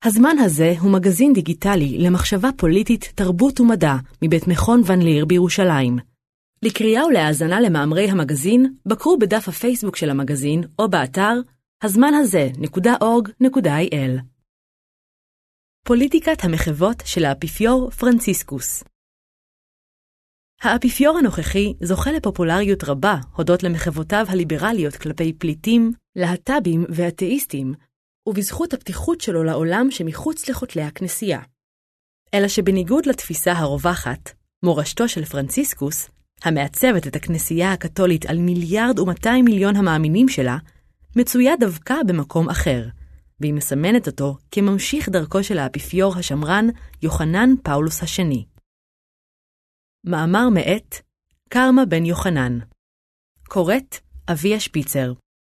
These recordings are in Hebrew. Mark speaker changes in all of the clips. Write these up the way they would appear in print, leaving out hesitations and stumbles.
Speaker 1: הזמן הזה הוא מגזין דיגיטלי למחשבה פוליטית, תרבות ומדע מבית מכון ון ליר בירושלים. לקריאה ולהאזנה למאמרי המגזין, בקרו בדף הפייסבוק של המגזין או באתר הזמנהזה.org.il. פוליטיקת המחוות של האפיפיור פרנציסקוס. האפיפיור הנוכחי זוכה לפופולריות רבה הודות למחוותיו הליברליות כלפי פליטים, להט"בים ואתאיסטים, ובזכות הפתיחות שלו לעולם שמחוץ לכותלי הכנסייה. אלא שבניגוד לתפיסה הרווחת, מורשתו של פרנציסקוס, המעצבת את הכנסייה הקתולית על 1,200,000,000 המאמינים שלה, מצויה דווקא במקום אחר, והיא מסמנת אותו כממשיך דרכו של האפיפיור השמרן יוחנן פאולוס השני. מאמר מאת קרמה בן יוחנן. קוראת אביה שפיצר.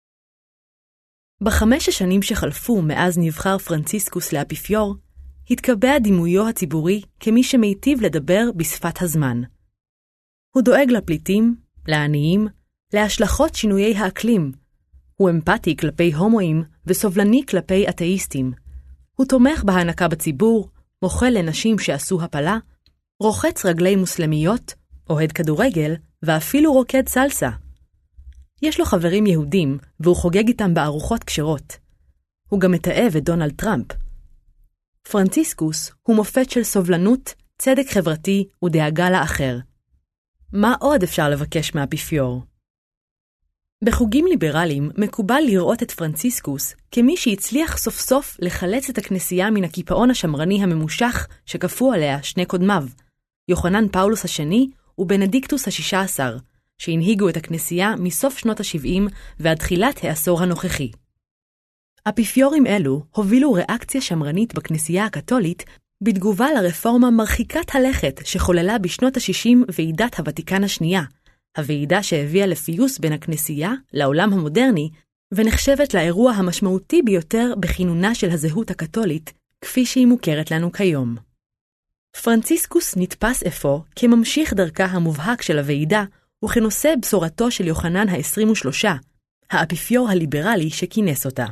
Speaker 1: ב5 השנים שחלפו מאז נבחר פרנציסקוס לאפיפיור, התקבע דימויו הציבורי כמי שמיטיב לדבר בשפת הזמן. הוא דואג לפליטים, לעניים, להשלכות שינויי האקלים. הוא אמפתי כלפי הומואים וסובלני כלפי אתאיסטים. הוא תומך בהענקה בציבור, מוחל לנשים שעשו הפלה, רוחץ רגלי מוסלמיות, אוהד כדורגל ואפילו רוקד סלסה. יש לו חברים יהודים והוא חוגג איתם בארוחות כשרות. הוא גם מתאהב את דונלד טראמפ. פרנציסקוס הוא מופת של סובלנות, צדק חברתי ודאגה לאחר. מה עוד אפשר לבקש מהאפיפיור? בחוגים ליברליים מקובל לראות את פרנציסקוס כמי שהצליח סוף סוף לחלץ את הכנסייה מן הקיפאון השמרני הממושך שכפו עליה שני קודמיו, יוחנן פאולוס השני ובנדיקטוס ה-16, שהנהיגו את הכנסייה מסוף שנות ה-70 ועד תחילת העשור הנוכחי. אפיפיורים אלו הובילו ריאקציה שמרנית בכנסייה הקתולית בתגובה לרפורמה מרחיקת הלכת שחוללה בשנות ה-60 ועידת הוותיקן השנייה, הוועידה שהביאה לפיוס בין הכנסייה לעולם המודרני, ונחשבת לאירוע המשמעותי ביותר בכינונה של הזהות הקתולית, כפי שהיא מוכרת לנו כיום. פרנציסקוס נתפס אפוא כממשיך דרכה המובהק של הוועידה, וכנושא בשורתו של יוחנן ה-23, האפיפיור הליברלי שכינס אותה.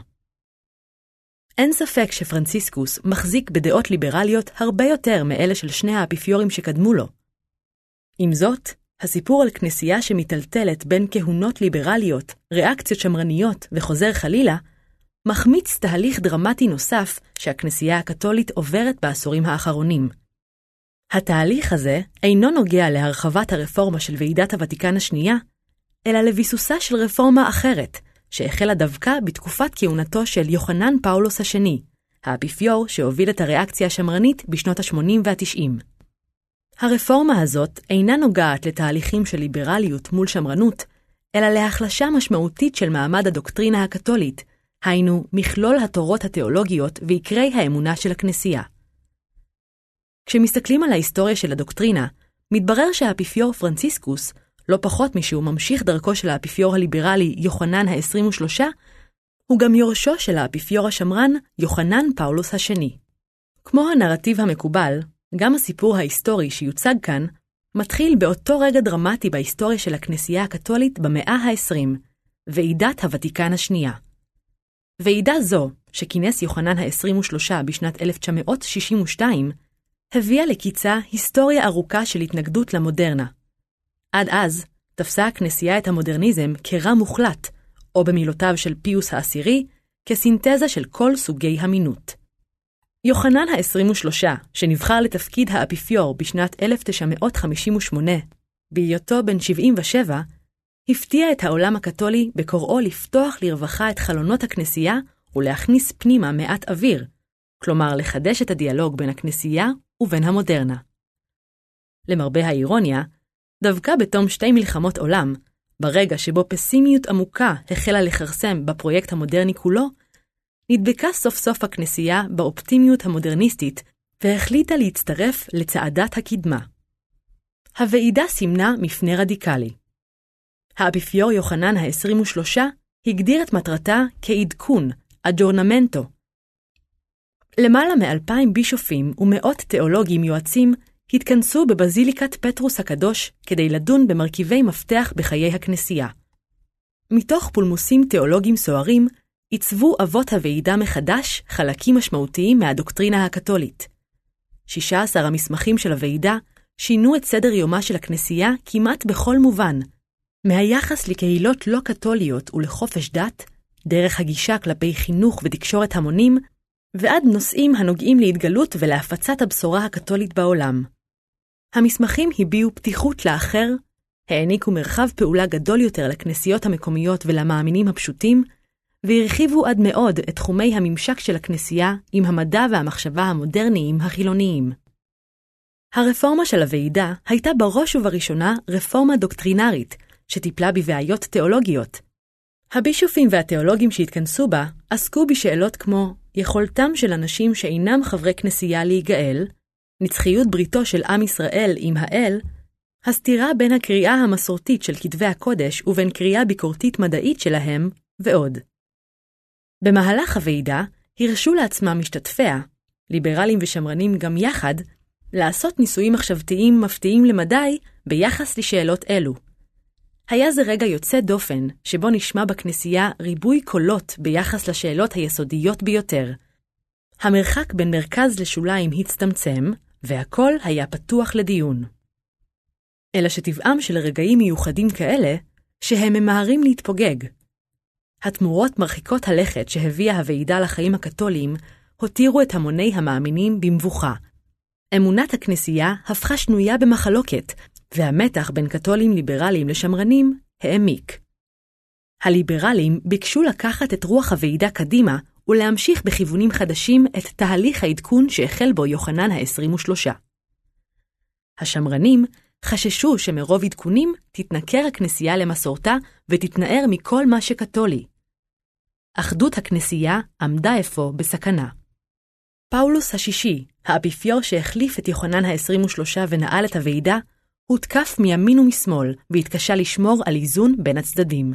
Speaker 1: אין ספק שפרנציסקוס מחזיק בדעות ליברליות הרבה יותר מאלה של שני האפיפיורים שקדמו לו. עם זאת, הסיפור על כנסייה שמטלטלת בין כהונות ליברליות, ריאקציות שמרניות וחוזר חלילה, מחמיץ תהליך דרמטי נוסף שהכנסייה הקתולית עוברת בעשורים האחרונים. התהליך הזה אינו נוגע להרחבת הרפורמה של ועידת הוותיקן השנייה, אלא לביסוסה של רפורמה אחרת, שהחלה דווקא בתקופת כהונתו של יוחנן פאולוס השני, האפיפיור שהוביל את הריאקציה השמרנית בשנות ה-80 וה-90. הרפורמה הזאת אינה נוגעת לתהליכים של ליברליות מול שמרנות, אלא להחלשה משמעותית של מעמד הדוקטרינה הקתולית, היינו מכלול התורות התיאולוגיות ועיקרי האמונה של הכנסייה. כשמסתכלים על ההיסטוריה של הדוקטרינה, מתברר שהאפיפיור פרנציסקוס, לא פחות משהוא ממשיך דרכו של האפיפיור הליברלי יוחנן ה-23, הוא גם יורשו של האפיפיור השמרן יוחנן פאולוס השני. כמו הנרטיב המקובל, גם הסיפור ההיסטורי שיוצג כאן, מתחיל באותו רגע דרמטי בהיסטוריה של הכנסייה הקתולית במאה ה-20, ועידת הוותיקן השנייה. ועידה זו, שכינס יוחנן ה-23 בשנת 1962, הביאה לקיצה היסטוריה ארוכה של התנגדות למודרנה. עד אז תפסה הכנסייה את המודרניזם כרע מוחלט, או במילותיו של פיוס העשירי, כסינתזה של כל סוגי המינות. יוחנן ה-23, שנבחר לתפקיד האפיפיור בשנת 1958, בהיותו בן 77, הפתיע את העולם הקתולי בקוראו לפתוח לרווחה את חלונות הכנסייה ולהכניס פנימה מעט אוויר, כלומר לחדש את הדיאלוג בין הכנסייה ובין המודרנה. למרבה האירוניה, דווקא בתום 2 מלחמות עולם, ברגע שבו פסימיות עמוקה החלה לחרסם בפרויקט המודרני כולו, נדבקה סוף סוף הכנסייה באופטימיות המודרניסטית והחליטה להצטרף לצעדת הקדמה. הוועידה סימנה מפנה רדיקלי. האפיפיור יוחנן ה-23 הגדיר את מטרתה כעדכון, אג'ורנמנטו. למעלה מ2,000 בישופים ומאות תיאולוגים יועצים התכנסו בבזיליקת פטרוס הקדוש כדי לדון במרכיבי מפתח בחיי הכנסייה. מתוך פולמוסים תיאולוגיים סוערים, עיצבו אבות הוועידה מחדש חלקים משמעותיים מהדוקטרינה הקתולית. 16 המסמכים של הוועידה שינו את סדר יומה של הכנסייה כמעט בכל מובן, מהיחס לקהילות לא קתוליות ולחופש דת, דרך הגישה כלפי חינוך ותקשורת המונים, ועד נושאים הנוגעים להתגלות ולהפצת הבשורה הקתולית בעולם. המסמכים הביעו פתיחות לאחר, העניקו מרחב פעולה גדול יותר לכנסיות המקומיות ולמאמינים הפשוטים, והרחיבו עד מאוד את תחומי הממשק של הכנסייה עם המדע והמחשבה המודרניים החילוניים. הרפורמה של הוועידה הייתה בראש ובראשונה רפורמה דוקטרינרית, שטיפלה בבעיות תיאולוגיות. הבישופים והתיאולוגים שהתכנסו בה עסקו בשאלות כמו יכולתם של אנשים שאינם חברי כנסייה להיגאל, נצחיות בריתו של עם ישראל עם האל, הסתירה בין הקריאה המסורתית של כתבי הקודש ובין קריאה ביקורתית מדעית שלהם, ועוד. במהלך הוועידה הרשו לעצמם משתתפיה, ליברלים ושמרנים גם יחד, לעשות ניסויים מחשבתיים מפתיעים למדי ביחס לשאלות אלו. היה זה רגע יוצא דופן שבו נשמע בכנסייה ריבוי קולות ביחס לשאלות היסודיות ביותר. המרחק בין מרכז לשוליים הצטמצם, והכל היה פתוח לדיון. אלא שטבעם של רגעים מיוחדים כאלה, שהם ממהרים להתפוגג. התמורות מרחיקות הלכת שהביאה הוועידה לחיים הקתוליים, הותירו את המוני המאמינים במבוכה. אמונת הכנסייה הפכה שנויה במחלוקת, והמתח בין קתולים ליברליים לשמרנים העמיק. הליברלים ביקשו לקחת את רוח הוועידה קדימה ולהמשיך בכיוונים חדשים את תהליך העדכון שהחל בו יוחנן ה-23. השמרנים חששו שמרוב עדכונים תתנכר הכנסייה למסורתה ותתנער מכל מה שקתולי. אחדות הכנסייה עמדה אפוא בסכנה. פאולוס השישי, האפיפיור שהחליף את יוחנן ה-23 ונעל את הוועידה, הותקף מימין ומשמאל והתקשה לשמור על איזון בין הצדדים.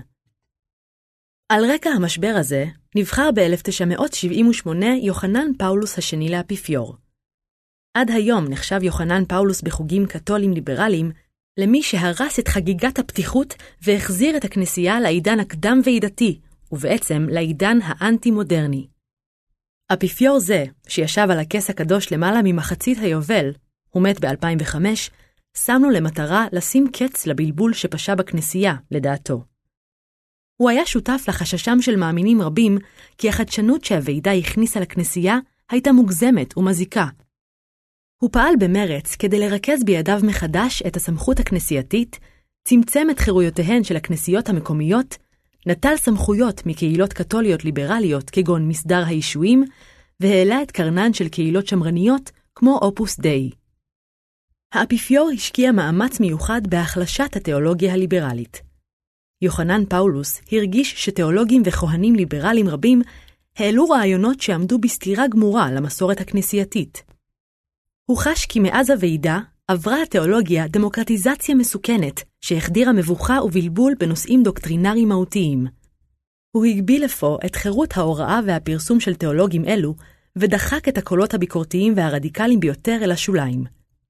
Speaker 1: על רקע המשבר הזה נבחר ב-1978 יוחנן פאולוס השני לאפיפיור. עד היום נחשב יוחנן פאולוס בחוגים קתולים ליברליים למי שהרס את חגיגת הפתיחות והחזיר את הכנסייה לעידן הקדם ועידתי, ובעצם לעידן האנטי-מודרני. אפיפיור זה, שישב על הכס הקדוש למעלה ממחצית היובל, הוא מת ב-2005, שם לו למטרה לשים קץ לבלבול שפשה בכנסייה, לדעתו. הוא היה שותף לחששם של מאמינים רבים, כי החדשנות שהוועידה הכניסה לכנסייה הייתה מוגזמת ומזיקה. הוא פעל במרץ כדי לרכז בידיו מחדש את הסמכות הכנסייתית, צמצם את חירויותיהן של הכנסיות המקומיות, נטל סמכויות מקהילות קתוליות ליברליות כגון מסדר הישועים, והעלה את קרנן של קהילות שמרניות כמו אופוס דאי. האפיפיור השקיע מאמץ מיוחד בהחלשת התיאולוגיה הליברלית. יוחנן פאולוס הרגיש שתיאולוגים וכהנים ליברליים רבים העלו רעיונות שעמדו בסתירה גמורה למסורת הכנסייתית. הוא חש כי מאז הוועידה עברה התיאולוגיה דמוקרטיזציה מסוכנת שהחדירה מבוכה ובלבול בנושאים דוקטרינריים מהותיים. הוא הגביל אפוא את חירות ההוראה והפרסום של תיאולוגים אלו ודחק את הקולות הביקורתיים והרדיקליים ביותר אל השוליים.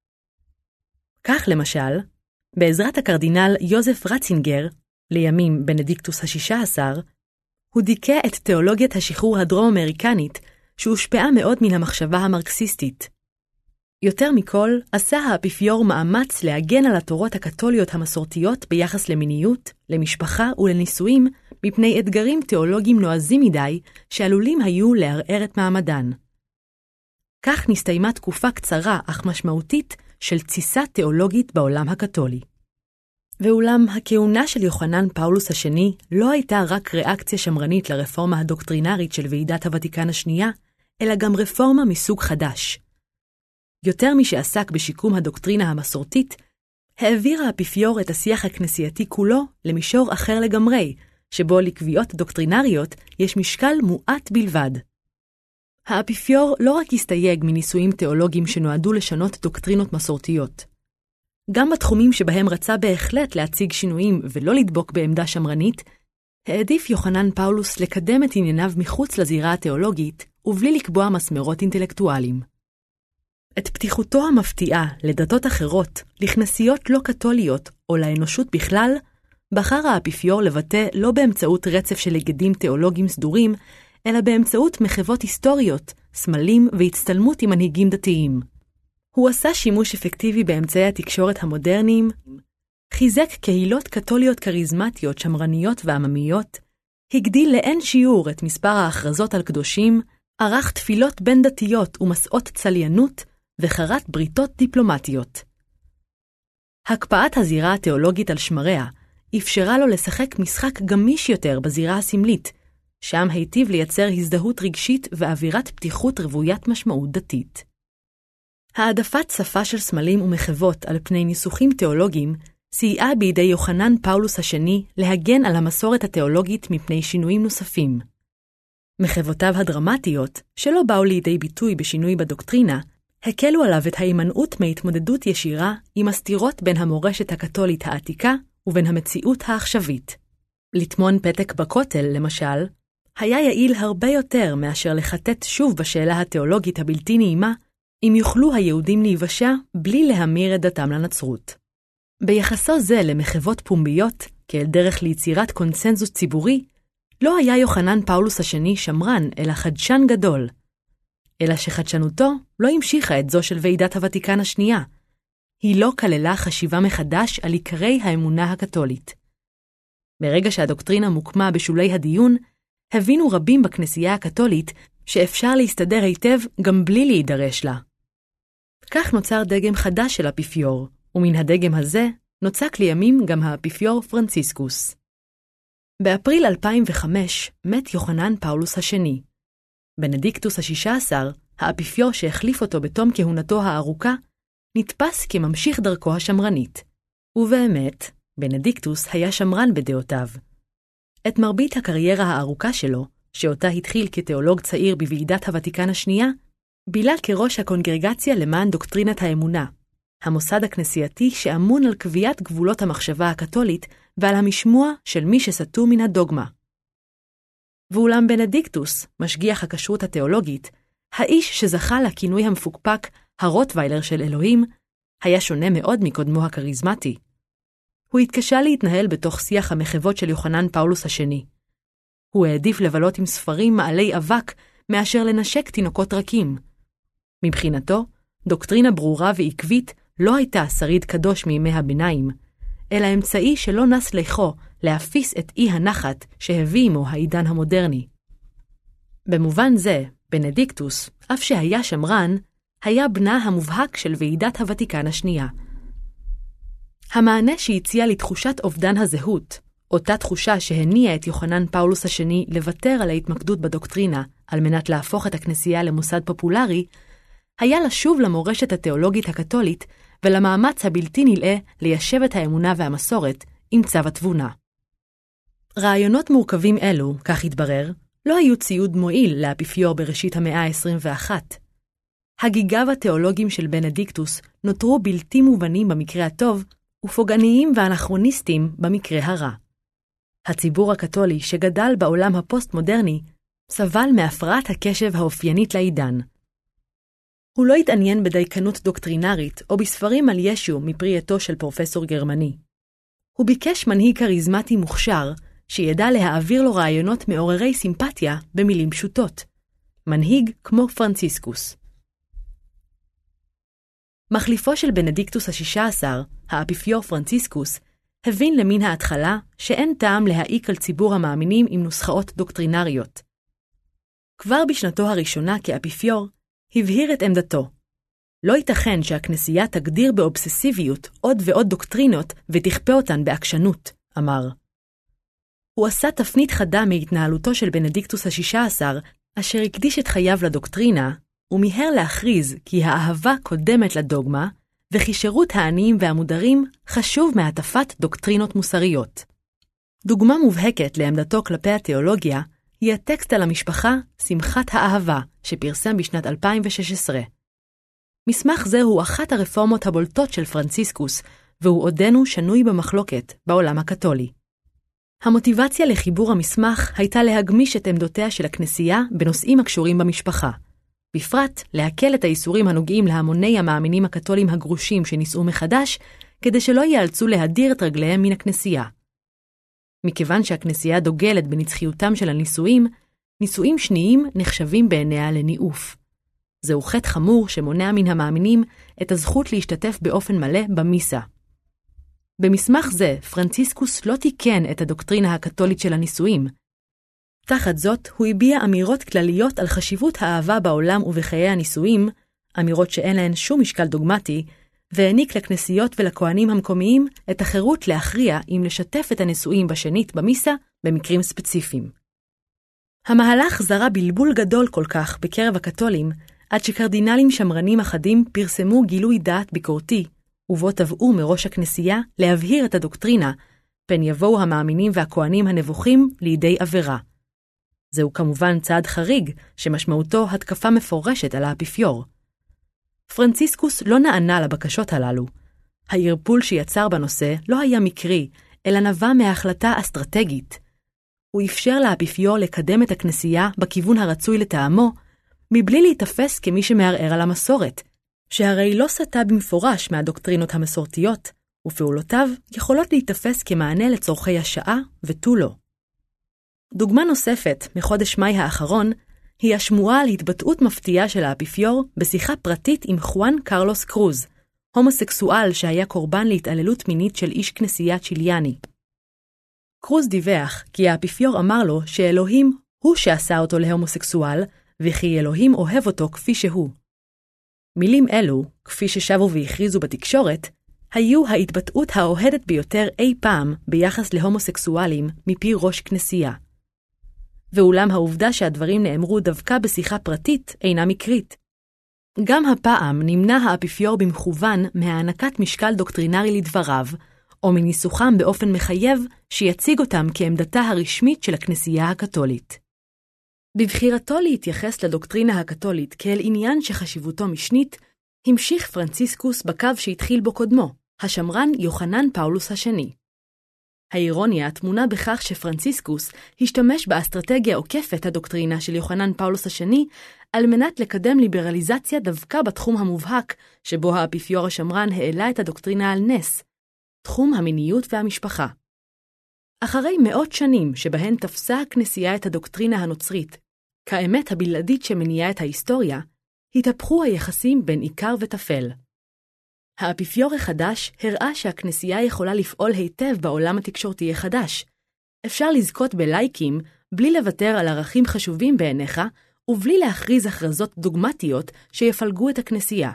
Speaker 1: כך למשל, בעזרת הקרדינל יוזף רצינגר, לימים בנדיקטוס ה-16, הוא דיכא את תיאולוגיית השחרור הדרום-אמריקנית שהושפעה מאוד מן המחשבה המרקסיסטית. יותר מכל, עשה האפיפיור מאמץ להגן על התורות הקתוליות המסורתיות ביחס למיניות, למשפחה ולנישואים, מפני אתגרים תיאולוגיים נועזים מדי שעלולים היו לערער את מעמדן. כך נסתיימה תקופה קצרה אך משמעותית של תסיסה תיאולוגית בעולם הקתולי. ואולם הכהונה של יוחנן פאולוס השני לא הייתה רק ריאקציה שמרנית לרפורמה הדוקטרינרית של ועידת הוותיקן השנייה, אלא גם רפורמה מסוג חדש. יותר משעסק בשיקום הדוקטרינה המסורתית, העביר האפיפיור את השיח הכנסייתי כולו למישור אחר לגמרי, שבו לקביעות דוקטרינריות יש משקל מועט בלבד. האפיפיור לא רק הסתייג מניסויים תיאולוגיים שנועדו לשנות דוקטרינות מסורתיות. גם בתחומים שבהם רצה בהחלט להציג שינויים ולא לדבוק בעמדה שמרנית, העדיף יוחנן פאולוס לקדם את ענייניו מחוץ לזירה התיאולוגית ובלי לקבוע מסמרות אינטלקטואליים. את פתיחותו המפתיעה לדתות אחרות, לכנסיות לא קתוליות או לאנושות בכלל, בחר האפיפיור לבטא לא באמצעות רצף של היגדים תיאולוגיים סדורים, אלא באמצעות מחוות היסטוריות, סמלים והצטלמות עם מנהיגים דתיים. הוא עשה שימוש אפקטיבי באמצעי התקשורת המודרניים, חיזק קהילות קתוליות קריזמטיות, שמרניות ועממיות, הגדיל לאין שיעור את מספר ההכרזות על קדושים, ערך תפילות בין דתיות ומסעות צליינות, וחרת בריתות דיפלומטיות. הקפאת הזירה התיאולוגית על שמריה אפשרה לו לשחק משחק גמיש יותר בזירה הסמלית, שם היטיב לייצר הזדהות רגשית ואווירת פתיחות רוויית משמעות דתית. העדפת שפה של סמלים ומחוות על פני ניסוחים תיאולוגיים סייעה בידי יוחנן פאולוס השני להגן על המסורת התיאולוגית מפני שינויים נוספים. מחוותיו הדרמטיות, שלא באו לידי ביטוי בשינוי בדוקטרינה, הקלו עליו את ההימנעות מהתמודדות ישירה עם הסתירות בין המורשת הקתולית העתיקה ובין המציאות העכשווית. לטמון פתק בכותל, למשל, היה יעיל הרבה יותר מאשר לחטט שוב בשאלה התיאולוגית הבלתי נעימה, אם יוכלו היהודים להיוושע בלי להמיר את דתם לנצרות. ביחסו זה למחוות פומביות, כאל דרך ליצירת קונסנזוס ציבורי, לא היה יוחנן פאולוס השני שמרן, אלא חדשן גדול. אלא שחדשנותו לא המשיכה את זו של ועידת הוותיקן השנייה. היא לא כללה חשיבה מחדש על עיקרי האמונה הקתולית. ברגע שהדוקטרינה מוקמה בשולי הדיון, הבינו רבים בכנסייה הקתולית שאפשר להסתדר היטב גם בלי להידרש לה. כך נוצר דגם חדש של האפיפיור, ומן הדגם הזה נוצק לימים גם האפיפיור פרנציסקוס. באפריל 2005 מת יוחנן פאולוס השני. בנדיקטוס ה-16, האפיפיור שהחליף אותו בתום כהונתו הארוכה, נתפס כממשיך דרכו השמרנית. ובאמת, בנדיקטוס היה שמרן בדעותיו. את מרבית הקריירה הארוכה שלו, שאותה התחיל כתיאולוג צעיר בוועידת הוותיקן השנייה, בילה כראש הקונגרגציה למען דוקטרינת האמונה, המוסד הכנסייתי שאמון על קביעת גבולות המחשבה הקתולית ועל המשמוע של מי שסטו מן הדוגמה. ואולם בנדיקטוס, משגיח הכשרות התיאולוגית, האיש שזכה לכינוי המפוקפק הרוטוויילר של אלוהים, היה שונה מאוד מקודמו הקריזמטי. הוא התקשה להתנהל בתוך שיח המחוות של יוחנן פאולוס השני. הוא העדיף לבלות עם ספרים מעלי אבק מאשר לנשק תינוקות רכים. מבחינתו, דוקטרינה ברורה ועקבית לא הייתה שריד קדוש מימי הביניים, אלא אמצעי שלא נס לכו להפיס את אי הנחת שהביא עמו העידן המודרני. במובן זה, בנדיקטוס, אף שהיה שמרן, היה בנה המובהק של ועידת הוותיקן השנייה. המענה שהציע לתחושת אובדן הזהות, אותה תחושה שהניעה את יוחנן פאולוס השני לוותר על ההתמקדות בדוקטרינה על מנת להפוך את הכנסייה למוסד פופולרי, היה לשוב למורשת התיאולוגית הקתולית ולמאמץ הבלתי נלאה ליישב את האמונה והמסורת עם צו התבונה. רעיונות מורכבים אלו, כך התברר, לא היו ציוד מועיל לאפיפיור בראשית המאה ה-21. הגיגיו התיאולוגיים של בנדיקטוס נותרו בלתי מובנים במקרה הטוב, ופוגעניים ואנכרוניסטיים במקרה הרע. הציבור הקתולי שגדל בעולם הפוסט-מודרני סבל מהפרעת הקשב האופיינית לעידן. הוא לא התעניין בדייקנות דוקטרינרית או בספרים על ישו מפרי עטו של פרופסור גרמני. הוא ביקש מנהיג כריזמטי מוכשר שידע להעביר לו רעיונות מעוררי סימפתיה במילים פשוטות. מנהיג כמו פרנציסקוס. מחליפו של בנדיקטוס ה-16, האפיפיור פרנציסקוס, הבין למין ההתחלה שאין טעם להעיק על ציבור המאמינים עם נוסחאות דוקטרינריות. כבר בשנתו הראשונה כאפיפיור, הבהיר את עמדתו. לא ייתכן שהכנסייה תגדיר באובססיביות עוד ועוד דוקטרינות ותכפה אותן בעקשנות, אמר. הוא עשה תפנית חדה מהתנהלותו של בנדיקטוס ה-16, אשר הקדיש את חייו לדוקטרינה, ומיהר להכריז כי האהבה קודמת לדוגמה, וכי שירות העניים והמודרים חשוב מהטפת דוקטרינות מוסריות. דוגמה מובהקת לעמדתו כלפי התיאולוגיה היא הטקסט על המשפחה שמחת האהבה שפרסם בשנת 2016. מסמך זה הוא אחת הרפורמות הבולטות של פרנציסקוס, והוא עודנו שנוי במחלוקת בעולם הקתולי. המוטיבציה לחיבור המסמך הייתה להגמיש את עמדותיה של הכנסייה בנושאים הקשורים במשפחה. בפרט להקל את האיסורים הנוגעים להמוני המאמינים הקתולים הגרושים שנישאו מחדש, כדי שלא ייאלצו להדיר את רגליהם מן הכנסייה. מכיוון שהכנסייה דוגלת בנצחיותם של הנישואים, נישואים שניים נחשבים בעיניה לניאוף. זהו חטא חמור שמונע מן המאמינים את הזכות להשתתף באופן מלא במיסה. במסמך זה, פרנציסקוס לא תיקן את הדוקטרינה הקתולית של הנישואים. תחת זאת, הוא הביע אמירות כלליות על חשיבות האהבה בעולם ובחיי הנישואים, אמירות שאין להן שום משקל דוגמטי, והעניק לכנסיות ולכהנים המקומיים את החירות להכריע אם לשתף את הנישואים בשנית במיסה במקרים ספציפיים. המהלך זרה בלבול גדול כל כך בקרב הקתולים, עד שקרדינלים שמרנים אחדים פרסמו גילוי דעת ביקורתי, ובו תבעו מראש הכנסייה להבהיר את הדוקטרינה, פן יבואו המאמינים והכהנים הנבוכים לידי עבירה. זהו כמובן צעד חריג, שמשמעותו התקפה מפורשת על האפיפיור. פרנציסקוס לא נענה לבקשות הללו. הערפול שיצר בנושא לא היה מקרי, אלא נבע מההחלטה אסטרטגית. הוא אפשר לאפיפיור לקדם את הכנסייה בכיוון הרצוי לטעמו, מבלי להתאפס כמי שמערער על המסורת, שהרי לא סטה במפורש מהדוקטרינות המסורתיות, ופעולותיו יכולות להתאפס כמענה לצורכי השעה ותו לא. דוגמה נוספת מחודש מאי האחרון, היא השמועה על התבטאות מפתיעה של האפיפיור בשיחה פרטית עם חואן קרלוס קרוז, הומוסקסואל שהיה קורבן להתעללות מינית של איש כנסייה צ'יליאני. קרוז דיווח כי האפיפיור אמר לו שאלוהים הוא שעשה אותו להומוסקסואל, וכי אלוהים אוהב אותו כפי שהוא. מילים אלו, כפי ששבו והכריזו בתקשורת, היו ההתבטאות האוהדת ביותר אי פעם ביחס להומוסקסואלים מפי ראש כנסייה. ואולם העובדה שהדברים נאמרו דווקא בשיחה פרטית אינה מקרית. גם הפעם נמנע האפיפיור במכוון מהענקת משקל דוקטרינרי לדבריו, או מניסוחם באופן מחייב שיציג אותם כעמדתה הרשמית של הכנסייה הקתולית. בבחירתו להתייחס לדוקטרינה הקתולית כאל עניין שחשיבותו משנית, המשיך פרנציסקוס בקו שהתחיל בו קודמו, השמרן יוחנן פאולוס השני. האירוניה טמונה בכך שפרנציסקוס השתמש באסטרטגיה עוקפת הדוקטרינה של יוחנן פאולוס השני, על מנת לקדם ליברליזציה דווקא בתחום המובהק, שבו האפיפיור השמרן העלה את הדוקטרינה על נס, תחום המיניות והמשפחה. אחרי מאות שנים שבהן תפסה הכנסייה את הדוקטרינה הנוצרית, כאמת הבלעדית שמניעה את ההיסטוריה, התהפכו היחסים בין עיקר וטפל. האפיפיור החדש הראה שהכנסייה יכולה לפעול היטב בעולם התקשורתי החדש. אפשר לזכות בלייקים בלי לוותר על ערכים חשובים בעיניך, ובלי להכריז הכרזות דוגמטיות שיפלגו את הכנסייה.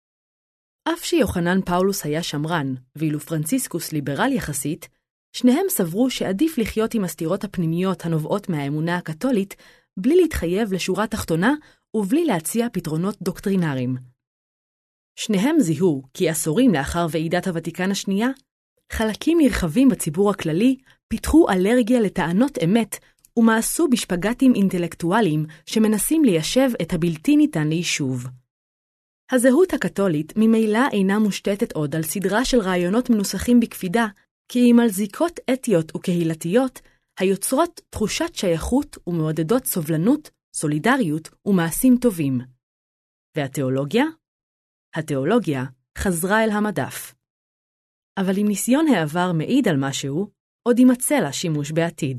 Speaker 1: אף שיוחנן פאולוס היה שמרן, ואילו פרנציסקוס ליברל יחסית, שניהם סברו שעדיף לחיות עם הסתירות הפנימיות הנובעות מהאמונה הקתולית, בלי להתחייב לשורה תחתונה ובלי להציע פתרונות דוקטרינריים. שניהם זיהו כי עשורים לאחר ועידת הוותיקן השנייה, חלקים נרחבים בציבור הכללי פיתחו אלרגיה לטענות אמת ומעשו בשפגטים אינטלקטואליים שמנסים ליישב את הבלתי ניתן ליישוב. הזהות הקתולית ממילא אינה מושתתת עוד על סדרה של רעיונות מנוסחים בקפידה, כי אם על זיקות אתיות וקהילתיות, היוצרות תחושת שייכות ומעודדות סובלנות, סולידריות ומעשים טובים. והתיאולוגיה? התיאולוגיה חזרה אל המדף. אבל אם ניסיון העבר מעיד על משהו, עוד יימצא לה שימוש בעתיד.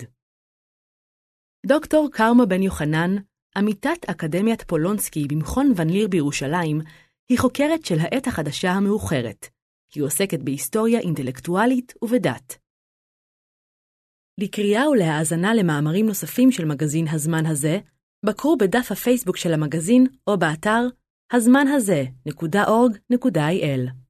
Speaker 1: דוקטור קרמה בן יוחנן, עמיתת אקדמיית פולונסקי במכון ון ליר בירושלים, היא חוקרת של העת החדשה המאוחרת. היא עוסקת בהיסטוריה אינטלקטואלית ובדת. לקריאה ולהאזנה למאמרים נוספים של מגזין הזמן הזה, בקרו בדף הפייסבוק של המגזין או באתר הזמן הזה.org.il.